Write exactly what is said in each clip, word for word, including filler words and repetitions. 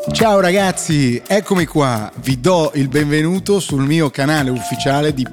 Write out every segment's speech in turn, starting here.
Ciao ragazzi, eccomi qua, vi do il benvenuto sul mio canale ufficiale di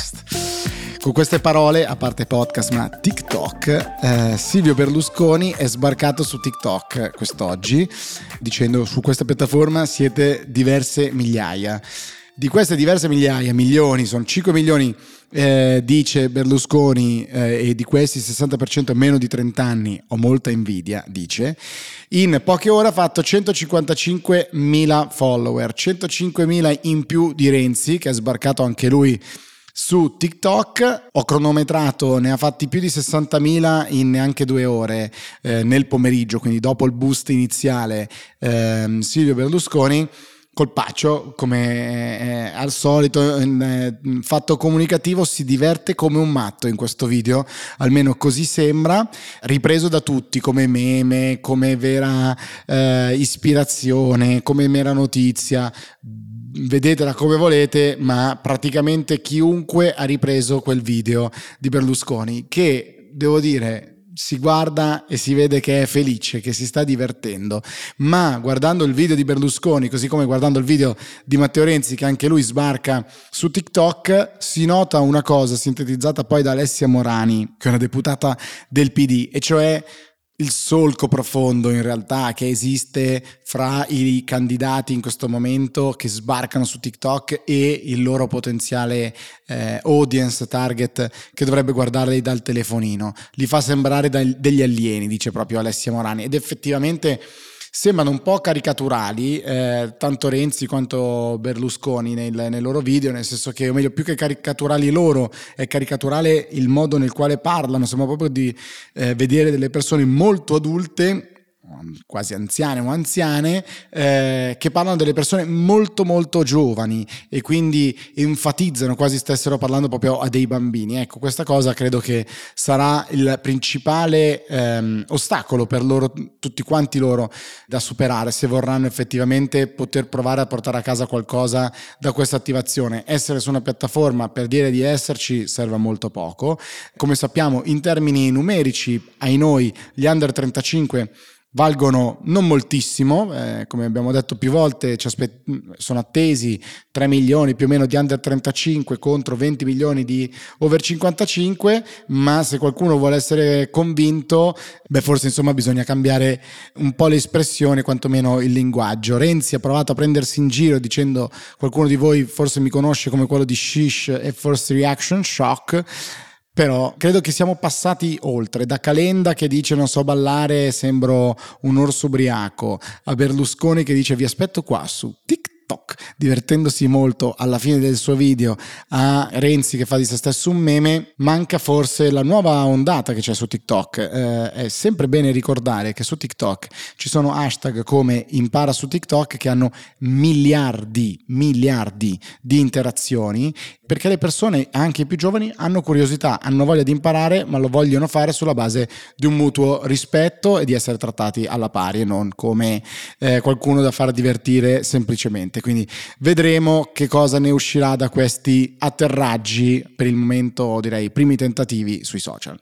podcast. Con queste parole, a parte podcast ma TikTok, eh, Silvio Berlusconi è sbarcato su TikTok quest'oggi dicendo: su questa piattaforma siete diverse migliaia. Di queste diverse migliaia, milioni, sono cinque milioni, eh, dice Berlusconi, eh, e di questi il sessanta per cento meno di trenta anni, ho molta invidia, dice. In poche ore ha fatto centocinquantacinquemila follower, centocinquemila in più di Renzi, che è sbarcato anche lui su TikTok. Ho cronometrato, ne ha fatti più di sessantamila in neanche due ore eh, nel pomeriggio, quindi dopo il boost iniziale. eh, Silvio Berlusconi colpaccio, come eh, al solito in eh, fatto comunicativo, si diverte come un matto in questo video, almeno così sembra, ripreso da tutti come meme, come vera eh, ispirazione, come mera notizia. Vedetela come volete, ma praticamente chiunque ha ripreso quel video di Berlusconi, che devo dire si guarda e si vede che è felice, che si sta divertendo. Ma guardando il video di Berlusconi, così come guardando il video di Matteo Renzi, che anche lui sbarca su TikTok, si nota una cosa sintetizzata poi da Alessia Morani, che è una deputata del P D, e cioè il solco profondo in realtà che esiste fra i candidati in questo momento che sbarcano su TikTok e il loro potenziale eh, audience target che dovrebbe guardarli dal telefonino. Li fa sembrare da, degli alieni, dice proprio Alessia Morani, ed effettivamente sembrano un po' caricaturali, eh, tanto Renzi quanto Berlusconi nel, nei loro video, nel senso che, o meglio, più che caricaturali loro, è caricaturale il modo nel quale parlano. Sembra proprio di eh, vedere delle persone molto adulte, quasi anziane o anziane, eh, che parlano delle persone molto molto giovani e quindi enfatizzano quasi stessero parlando proprio a dei bambini. Ecco, questa cosa credo che sarà il principale ehm, ostacolo per loro, tutti quanti loro, da superare se vorranno effettivamente poter provare a portare a casa qualcosa da questa attivazione. Essere su una piattaforma per dire di esserci serve a molto poco. Come sappiamo, in termini numerici, ai noi, gli under trentacinque valgono non moltissimo, eh, come abbiamo detto più volte, ci aspet- sono attesi tre milioni più o meno di under trentacinque contro venti milioni di over cinquantacinque, ma se qualcuno vuole essere convinto, beh forse insomma bisogna cambiare un po' l'espressione, quantomeno il linguaggio. Renzi ha provato a prendersi in giro dicendo: qualcuno di voi forse mi conosce come quello di Shish e First Reaction Shock. Però credo che siamo passati oltre, da Calenda che dice non so ballare, sembro un orso ubriaco, a Berlusconi che dice vi aspetto qua su TikTok, divertendosi molto alla fine del suo video, a Renzi che fa di se stesso un meme. Manca forse la nuova ondata che c'è su TikTok. Eh, è sempre bene ricordare che su TikTok ci sono hashtag come impara su TikTok che hanno miliardi, miliardi di interazioni, perché le persone, anche i più giovani, hanno curiosità, hanno voglia di imparare, ma lo vogliono fare sulla base di un mutuo rispetto e di essere trattati alla pari e non come eh, qualcuno da far divertire semplicemente. Quindi vedremo che cosa ne uscirà da questi atterraggi, per il momento direi primi tentativi sui social.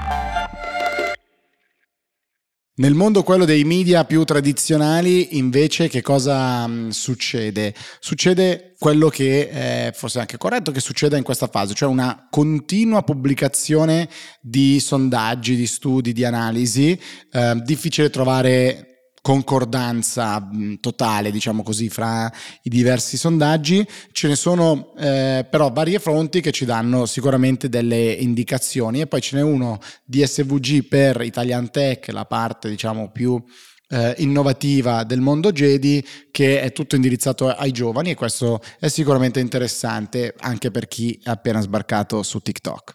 Nel mondo quello dei media più tradizionali invece che cosa mh, succede? Succede quello che è forse anche corretto che succeda in questa fase, cioè una continua pubblicazione di sondaggi, di studi, di analisi. Eh, difficile trovare concordanza mh, totale, diciamo così, fra i diversi sondaggi. Ce ne sono eh, però varie fonti che ci danno sicuramente delle indicazioni, e poi ce n'è uno D S V G per Italian Tech, la parte diciamo più eh, innovativa del mondo Jedi, che è tutto indirizzato ai giovani, e questo è sicuramente interessante anche per chi è appena sbarcato su TikTok.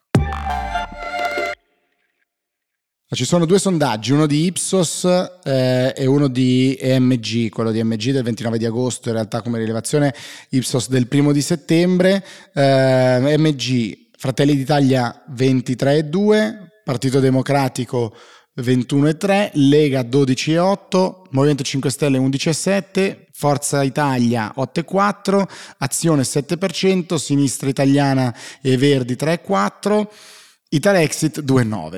Ci sono due sondaggi, uno di Ipsos eh, e uno di E M G, quello di E M G del ventinove di agosto, in realtà come rilevazione, Ipsos del primo di settembre. eh, E M G, Fratelli d'Italia ventitré virgola due, Partito Democratico ventuno virgola tre, Lega dodici virgola otto, Movimento cinque Stelle undici virgola sette, Forza Italia otto virgola quattro, Azione sette per cento, Sinistra Italiana e Verdi tre virgola quattro, Italexit due virgola nove.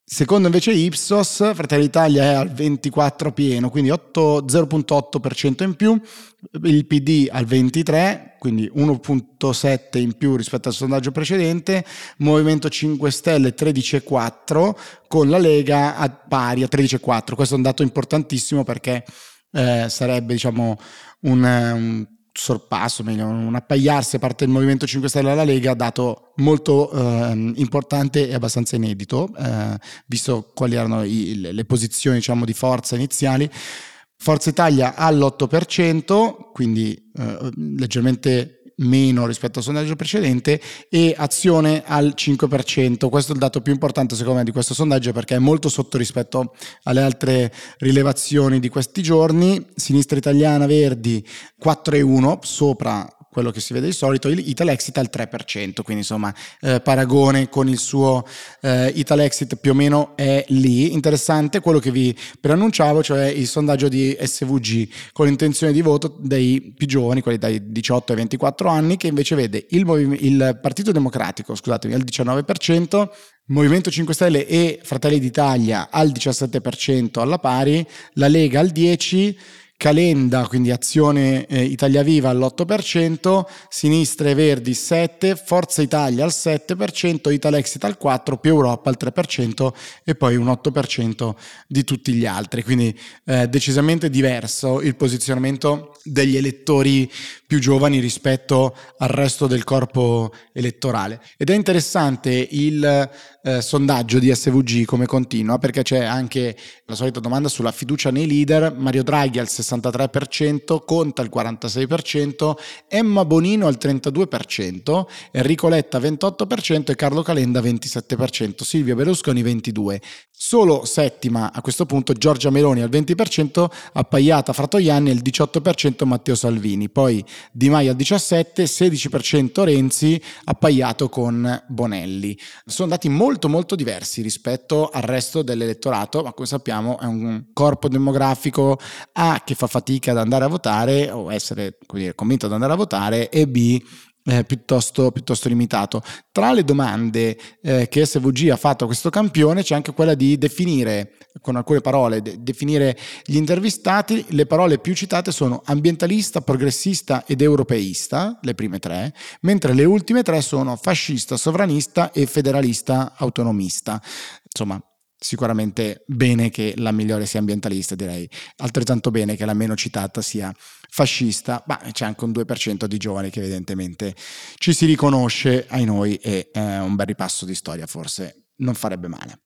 Secondo invece Ipsos, Fratelli d'Italia è al ventiquattro pieno, quindi zero virgola otto per cento in più, il P D al ventitré, quindi uno virgola sette in più rispetto al sondaggio precedente, Movimento cinque Stelle tredici virgola quattro, con la Lega a pari a tredici virgola quattro. Questo è un dato importantissimo perché eh, sarebbe, diciamo, un, un sorpasso, meglio, un appaiarsi a parte il Movimento cinque Stelle alla Lega, dato molto eh, importante e abbastanza inedito, eh, visto quali erano i, le, le posizioni, diciamo, di forza iniziali. Forza Italia all'otto per cento, quindi eh, leggermente meno rispetto al sondaggio precedente, e Azione al cinque per cento. Questo è il dato più importante secondo me di questo sondaggio, perché è molto sotto rispetto alle altre rilevazioni di questi giorni. Sinistra Italiana Verdi quattro virgola uno, sopra quello che si vede di solito, il Italexit al tre per cento, quindi insomma eh, paragone con il suo eh, Italexit più o meno è lì. Interessante quello che vi preannunciavo, cioè il sondaggio di S V G con l'intenzione di voto dei più giovani, quelli dai diciotto ai ventiquattro anni, che invece vede il, Moviv- il Partito Democratico, scusatemi, al diciannove per cento, Movimento cinque Stelle e Fratelli d'Italia al diciassette per cento alla pari, la Lega al dieci per cento, Calenda, quindi Azione eh, Italia Viva all'otto per cento, Sinistra e Verdi sette per cento, Forza Italia al sette per cento, Italexit al quattro per cento, Più Europa al tre per cento e poi un otto per cento di tutti gli altri. Quindi eh, decisamente diverso il posizionamento degli elettori più giovani rispetto al resto del corpo elettorale. Ed è interessante il eh, sondaggio di S V G come continua, perché c'è anche la solita domanda sulla fiducia nei leader. Mario Draghi al sessantatré per cento, Conte al quarantasei per cento, Emma Bonino al trentadue per cento, Enrico Letta ventotto per cento e Carlo Calenda ventisette per cento, Silvio Berlusconi ventidue per cento. Solo settima a questo punto Giorgia Meloni al venti per cento, appaiata Fratoianni al diciotto per cento, Matteo Salvini, poi Di Maio al diciassette per cento, sedici per cento Renzi, appaiato con Bonelli. Sono dati molto molto diversi rispetto al resto dell'elettorato, ma come sappiamo è un corpo demografico A che fa fatica ad andare a votare o essere, come dire, convinto ad andare a votare, e B Eh, piuttosto, piuttosto limitato. Tra le domande eh, che S V G ha fatto a questo campione c'è anche quella di definire, con alcune parole, de- definire gli intervistati. Le parole più citate sono ambientalista, progressista ed europeista, le prime tre, mentre le ultime tre sono fascista, sovranista e federalista autonomista. Insomma, sicuramente bene che la migliore sia ambientalista, direi altrettanto bene che la meno citata sia fascista, ma c'è anche un due per cento di giovani che evidentemente ci si riconosce, ai noi, e eh, un bel ripasso di storia forse non farebbe male.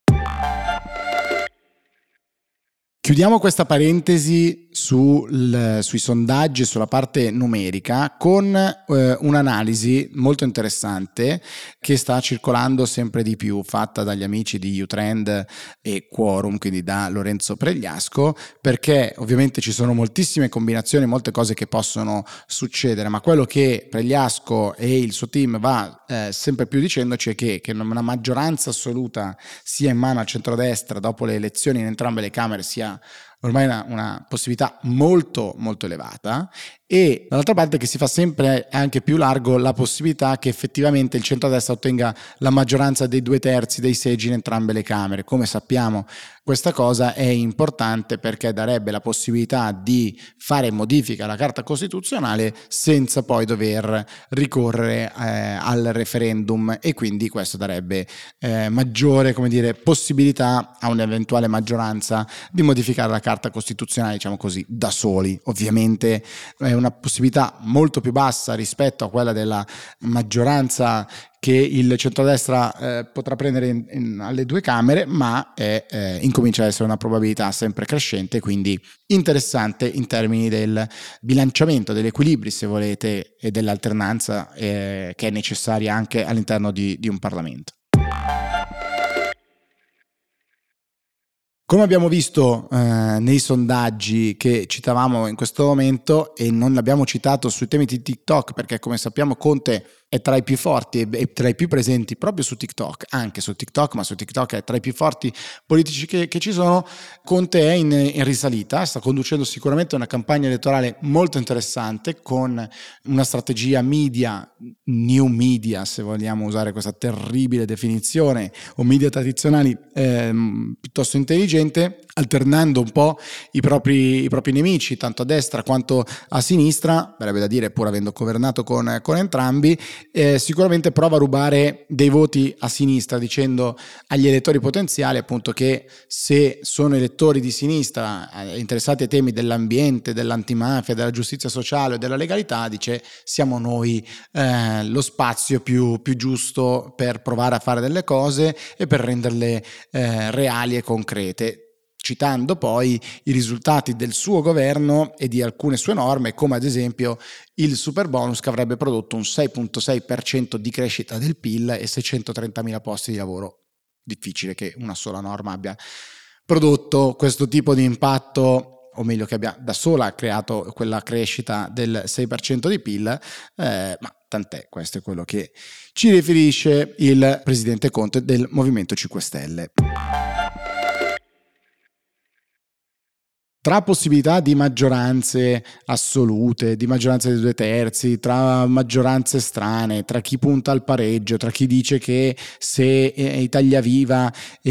Chiudiamo questa parentesi sul, sui sondaggi e sulla parte numerica con eh, un'analisi molto interessante che sta circolando sempre di più, fatta dagli amici di Utrend e Quorum, quindi da Lorenzo Pregliasco, perché ovviamente ci sono moltissime combinazioni, molte cose che possono succedere, ma quello che Pregliasco e il suo team va eh, sempre più dicendoci è che, che una maggioranza assoluta sia in mano al centrodestra dopo le elezioni in entrambe le Camere sia ormai una, una possibilità molto molto elevata, e dall'altra parte che si fa sempre anche più largo la possibilità che effettivamente il centrodestra ottenga la maggioranza dei due terzi dei seggi in entrambe le Camere. Come sappiamo, questa cosa è importante perché darebbe la possibilità di fare modifiche alla Carta Costituzionale senza poi dover ricorrere eh, al referendum, e quindi questo darebbe eh, maggiore, come dire, possibilità a un'eventuale maggioranza di modificare la Carta Costituzionale, diciamo così, da soli. Ovviamente è una possibilità molto più bassa rispetto a quella della maggioranza che il centrodestra eh, potrà prendere in, in, alle due Camere, ma è, eh, incomincia ad essere una probabilità sempre crescente, quindi interessante in termini del bilanciamento, degli equilibri, se volete, e dell'alternanza eh, che è necessaria anche all'interno di, di un Parlamento. Come abbiamo visto eh, nei sondaggi che citavamo in questo momento, e non l'abbiamo citato sui temi di TikTok perché, come sappiamo, Conte è tra i più forti e tra i più presenti proprio su TikTok, anche su TikTok, ma su TikTok è tra i più forti politici che, che ci sono. Conte è in, in risalita, sta conducendo sicuramente una campagna elettorale molto interessante con una strategia media, new media se vogliamo usare questa terribile definizione, o media tradizionali ehm, piuttosto intelligente, alternando un po' i propri, i propri nemici, tanto a destra quanto a sinistra, verrebbe da dire pur avendo governato con, con entrambi. Eh, sicuramente prova a rubare dei voti a sinistra, dicendo agli elettori potenziali appunto che se sono elettori di sinistra eh, interessati ai temi dell'ambiente, dell'antimafia, della giustizia sociale o della legalità, dice siamo noi eh, lo spazio più, più giusto per provare a fare delle cose e per renderle eh, reali e concrete, citando poi i risultati del suo governo e di alcune sue norme, come ad esempio il super bonus che avrebbe prodotto un sei virgola sei per cento di crescita del P I L e seicentotrentamila posti di lavoro. Difficile che una sola norma abbia prodotto questo tipo di impatto, o meglio che abbia da sola creato quella crescita del sei per cento di P I L, eh, ma tant'è, questo è quello che ci riferisce il presidente Conte del Movimento cinque Stelle. Tra possibilità di maggioranze assolute, di maggioranze dei due terzi, tra maggioranze strane, tra chi punta al pareggio, tra chi dice che se Italia Viva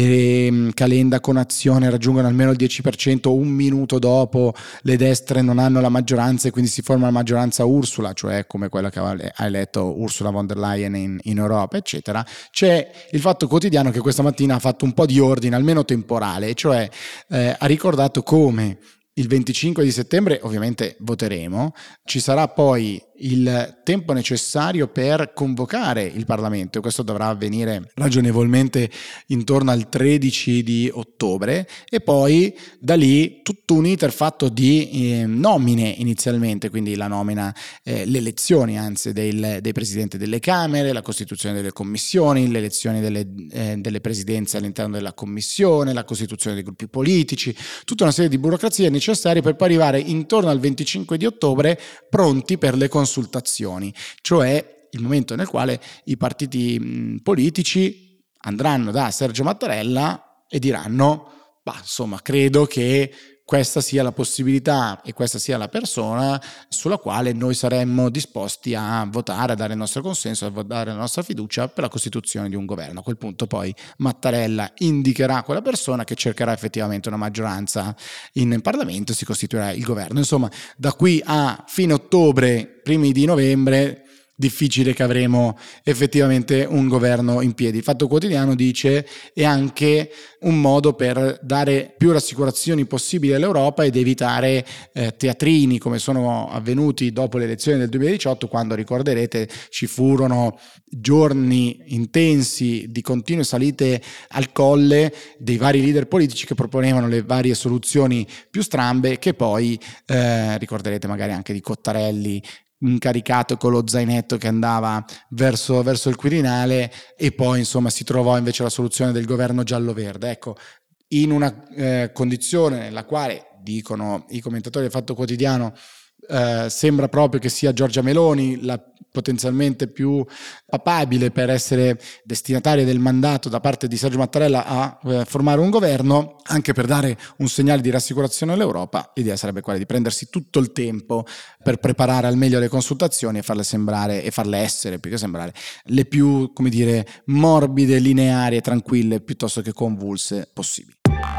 e Calenda con Azione raggiungono almeno il dieci per cento un minuto dopo le destre non hanno la maggioranza e quindi si forma la maggioranza Ursula, cioè come quella che ha eletto Ursula von der Leyen in, in Europa, eccetera, c'è il Fatto Quotidiano che questa mattina ha fatto un po' di ordine, almeno temporale, cioè eh, ha ricordato come il venticinque di settembre ovviamente voteremo, ci sarà poi il tempo necessario per convocare il Parlamento e questo dovrà avvenire ragionevolmente intorno al tredici di ottobre e poi da lì tutto un iter fatto di eh, nomine inizialmente, quindi la nomina, eh, le elezioni anzi del, dei presidenti delle Camere, la costituzione delle commissioni, le elezioni delle, eh, delle presidenze all'interno della commissione, la costituzione dei gruppi politici, tutta una serie di burocrazie necessarie per poi arrivare intorno al venticinque di ottobre pronti per le consultazioni, cioè il momento nel quale i partiti mh, politici andranno da Sergio Mattarella e diranno bah, insomma credo che questa sia la possibilità e questa sia la persona sulla quale noi saremmo disposti a votare, a dare il nostro consenso, a dare la nostra fiducia per la costituzione di un governo. A quel punto poi Mattarella indicherà quella persona che cercherà effettivamente una maggioranza in Parlamento e si costituirà il governo. Insomma, da qui a fine ottobre, primi di novembre, difficile che avremo effettivamente un governo in piedi. Il Fatto Quotidiano dice è anche un modo per dare più rassicurazioni possibili all'Europa ed evitare eh, teatrini come sono avvenuti dopo le elezioni del duemiladiciotto, quando ricorderete ci furono giorni intensi di continue salite al colle dei vari leader politici che proponevano le varie soluzioni più strambe che poi eh, ricorderete magari anche di Cottarelli incaricato con lo zainetto che andava verso, verso il Quirinale e poi insomma si trovò invece la soluzione del governo giallo-verde. Ecco, in una eh, condizione nella quale, dicono i commentatori del Fatto Quotidiano, eh, sembra proprio che sia Giorgia Meloni la potenzialmente più papabile per essere destinataria del mandato da parte di Sergio Mattarella a eh, formare un governo, anche per dare un segnale di rassicurazione all'Europa, l'idea sarebbe quella di prendersi tutto il tempo per preparare al meglio le consultazioni e farle sembrare e farle essere, più che sembrare, le più, come dire, morbide, lineari e tranquille piuttosto che convulse possibili.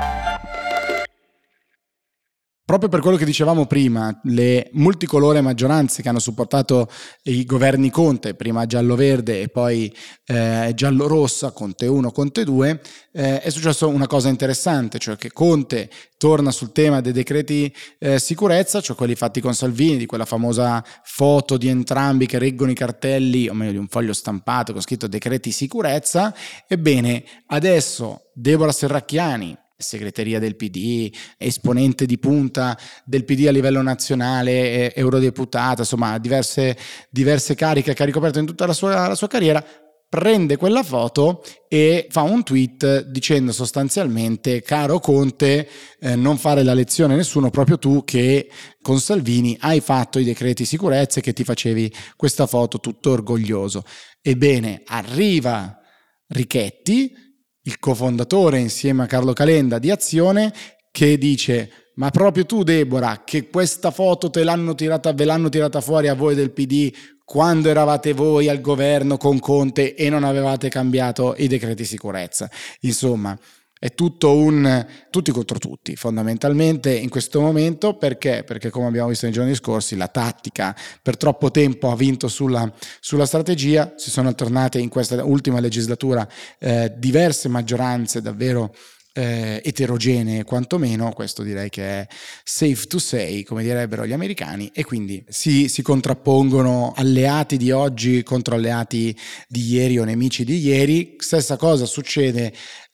Proprio per quello che dicevamo prima, le multicolore maggioranze che hanno supportato i governi Conte, prima giallo-verde e poi eh, giallo-rossa, Conte uno, Conte due, eh, è successo una cosa interessante, cioè che Conte torna sul tema dei decreti eh, sicurezza, cioè quelli fatti con Salvini, di quella famosa foto di entrambi che reggono i cartelli, o meglio di un foglio stampato con scritto decreti sicurezza. Ebbene, adesso Deborah Serracchiani, segreteria del P D, esponente di punta del P D a livello nazionale, eurodeputata, insomma diverse, diverse cariche che ha ricoperto in tutta la sua, la sua carriera, prende quella foto e fa un tweet dicendo sostanzialmente: caro Conte, eh, non fare la lezione a nessuno, proprio tu che con Salvini hai fatto i decreti sicurezza e che ti facevi questa foto tutto orgoglioso. Ebbene, arriva Richetti, il cofondatore insieme a Carlo Calenda di Azione, che dice: ma proprio tu, Deborah, che questa foto te l'hanno tirata, ve l'hanno tirata fuori a voi del P D quando eravate voi al governo con Conte e non avevate cambiato i decreti sicurezza. Insomma, è tutto un tutti contro tutti fondamentalmente in questo momento. Perché? Perché, come abbiamo visto nei giorni scorsi, la tattica per troppo tempo ha vinto sulla, sulla strategia. Si sono alternate in questa ultima legislatura eh, diverse maggioranze davvero Eh, eterogenee quantomeno. Questo direi che è safe to say, come direbbero gli americani, e quindi si, si contrappongono alleati di oggi contro alleati di ieri o nemici di ieri. Stessa cosa succede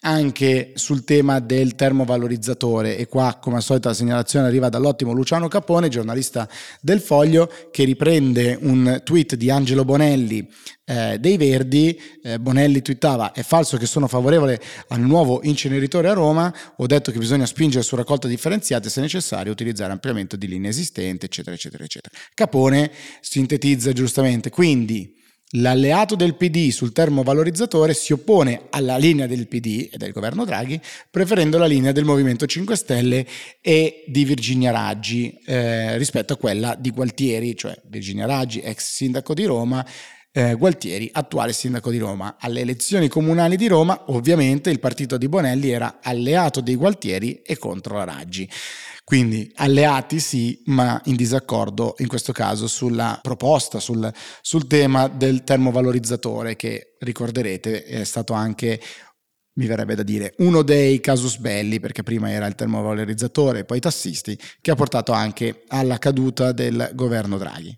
anche sul tema del termovalorizzatore, e qua come al solito la segnalazione arriva dall'ottimo Luciano Capone, giornalista del Foglio, che riprende un tweet di Angelo Bonelli eh, dei Verdi. eh, Bonelli twittava: è falso che sono favorevole al nuovo inceneritore a Roma, ho detto che bisogna spingere su raccolta differenziata e se necessario utilizzare ampliamento di linee esistenti, eccetera eccetera eccetera. Capone sintetizza giustamente: quindi l'alleato del P D sul termovalorizzatore si oppone alla linea del P D e del governo Draghi, preferendo la linea del Movimento cinque Stelle e di Virginia Raggi eh, rispetto a quella di Gualtieri, cioè Virginia Raggi, ex sindaco di Roma, eh, Gualtieri, attuale sindaco di Roma. Alle elezioni comunali di Roma, ovviamente, il partito di Bonelli era alleato dei Gualtieri e contro la Raggi. Quindi alleati sì, ma in disaccordo in questo caso sulla proposta, sul, sul tema del termovalorizzatore, che ricorderete è stato anche, mi verrebbe da dire, uno dei casus belli, perché prima era il termovalorizzatore e poi i tassisti, che ha portato anche alla caduta del governo Draghi.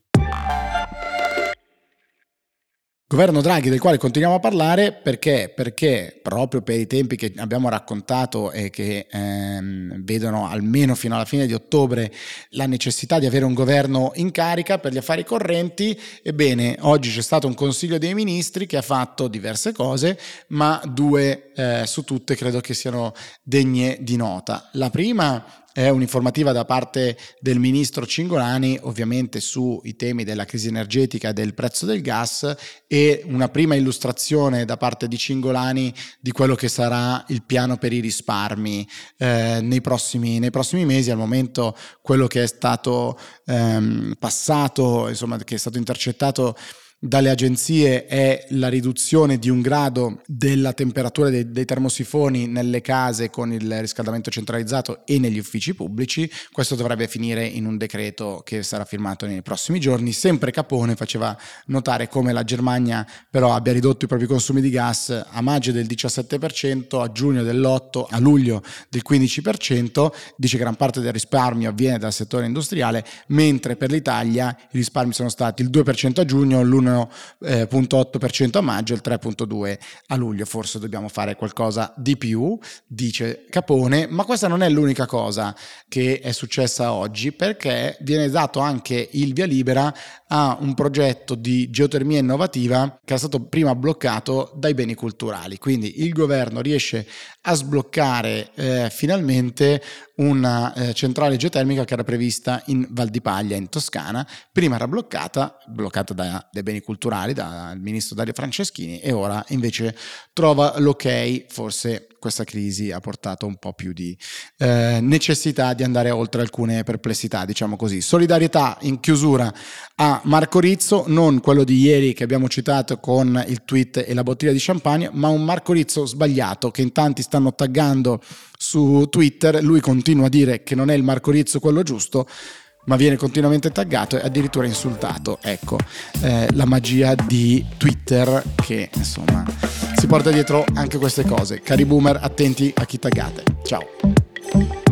Governo Draghi, del quale continuiamo a parlare perché? Perché proprio per i tempi che abbiamo raccontato e che ehm, vedono almeno fino alla fine di ottobre la necessità di avere un governo in carica per gli affari correnti, ebbene oggi c'è stato un Consiglio dei Ministri che ha fatto diverse cose, ma due eh, su tutte credo che siano degne di nota. La prima è un'informativa da parte del ministro Cingolani, ovviamente sui temi della crisi energetica e del prezzo del gas, e una prima illustrazione da parte di Cingolani di quello che sarà il piano per i risparmi eh, nei prossimi, nei prossimi mesi. Al momento quello che è stato ehm, passato, insomma, che è stato intercettato dalle agenzie è la riduzione di un grado della temperatura dei, dei termosifoni nelle case con il riscaldamento centralizzato e negli uffici pubblici. Questo dovrebbe finire in un decreto che sarà firmato nei prossimi giorni. Sempre Capone faceva notare come la Germania però abbia ridotto i propri consumi di gas a maggio del diciassette per cento, a giugno dell'otto per cento, a luglio del quindici per cento. Dice che gran parte del risparmio avviene dal settore industriale, mentre per l'Italia i risparmi sono stati il due per cento a giugno, l'uno virgola otto per cento a maggio e il tre virgola due per cento a luglio. Forse dobbiamo fare qualcosa di più, dice Capone, ma questa non è l'unica cosa che è successa oggi, perché viene dato anche il via libera a un progetto di geotermia innovativa che è stato prima bloccato dai beni culturali. Quindi il governo riesce a sbloccare eh, finalmente una eh, centrale geotermica che era prevista in Val di Paglia, in Toscana. Prima era bloccata, bloccata da, dai beni culturali, dal ministro Dario Franceschini, e ora invece trova l'ok. Forse questa crisi ha portato un po' più di eh, necessità di andare oltre alcune perplessità, diciamo così. Solidarietà in chiusura a Marco Rizzo, non quello di ieri che abbiamo citato con il tweet e la bottiglia di champagne, ma un Marco Rizzo sbagliato che in tanti stanno taggando su Twitter. Lui continua a dire che non è il Marco Rizzo quello giusto, ma viene continuamente taggato e addirittura insultato. Ecco, eh, la magia di Twitter che insomma si porta dietro anche queste cose. Cari boomer, attenti a chi taggate. Ciao.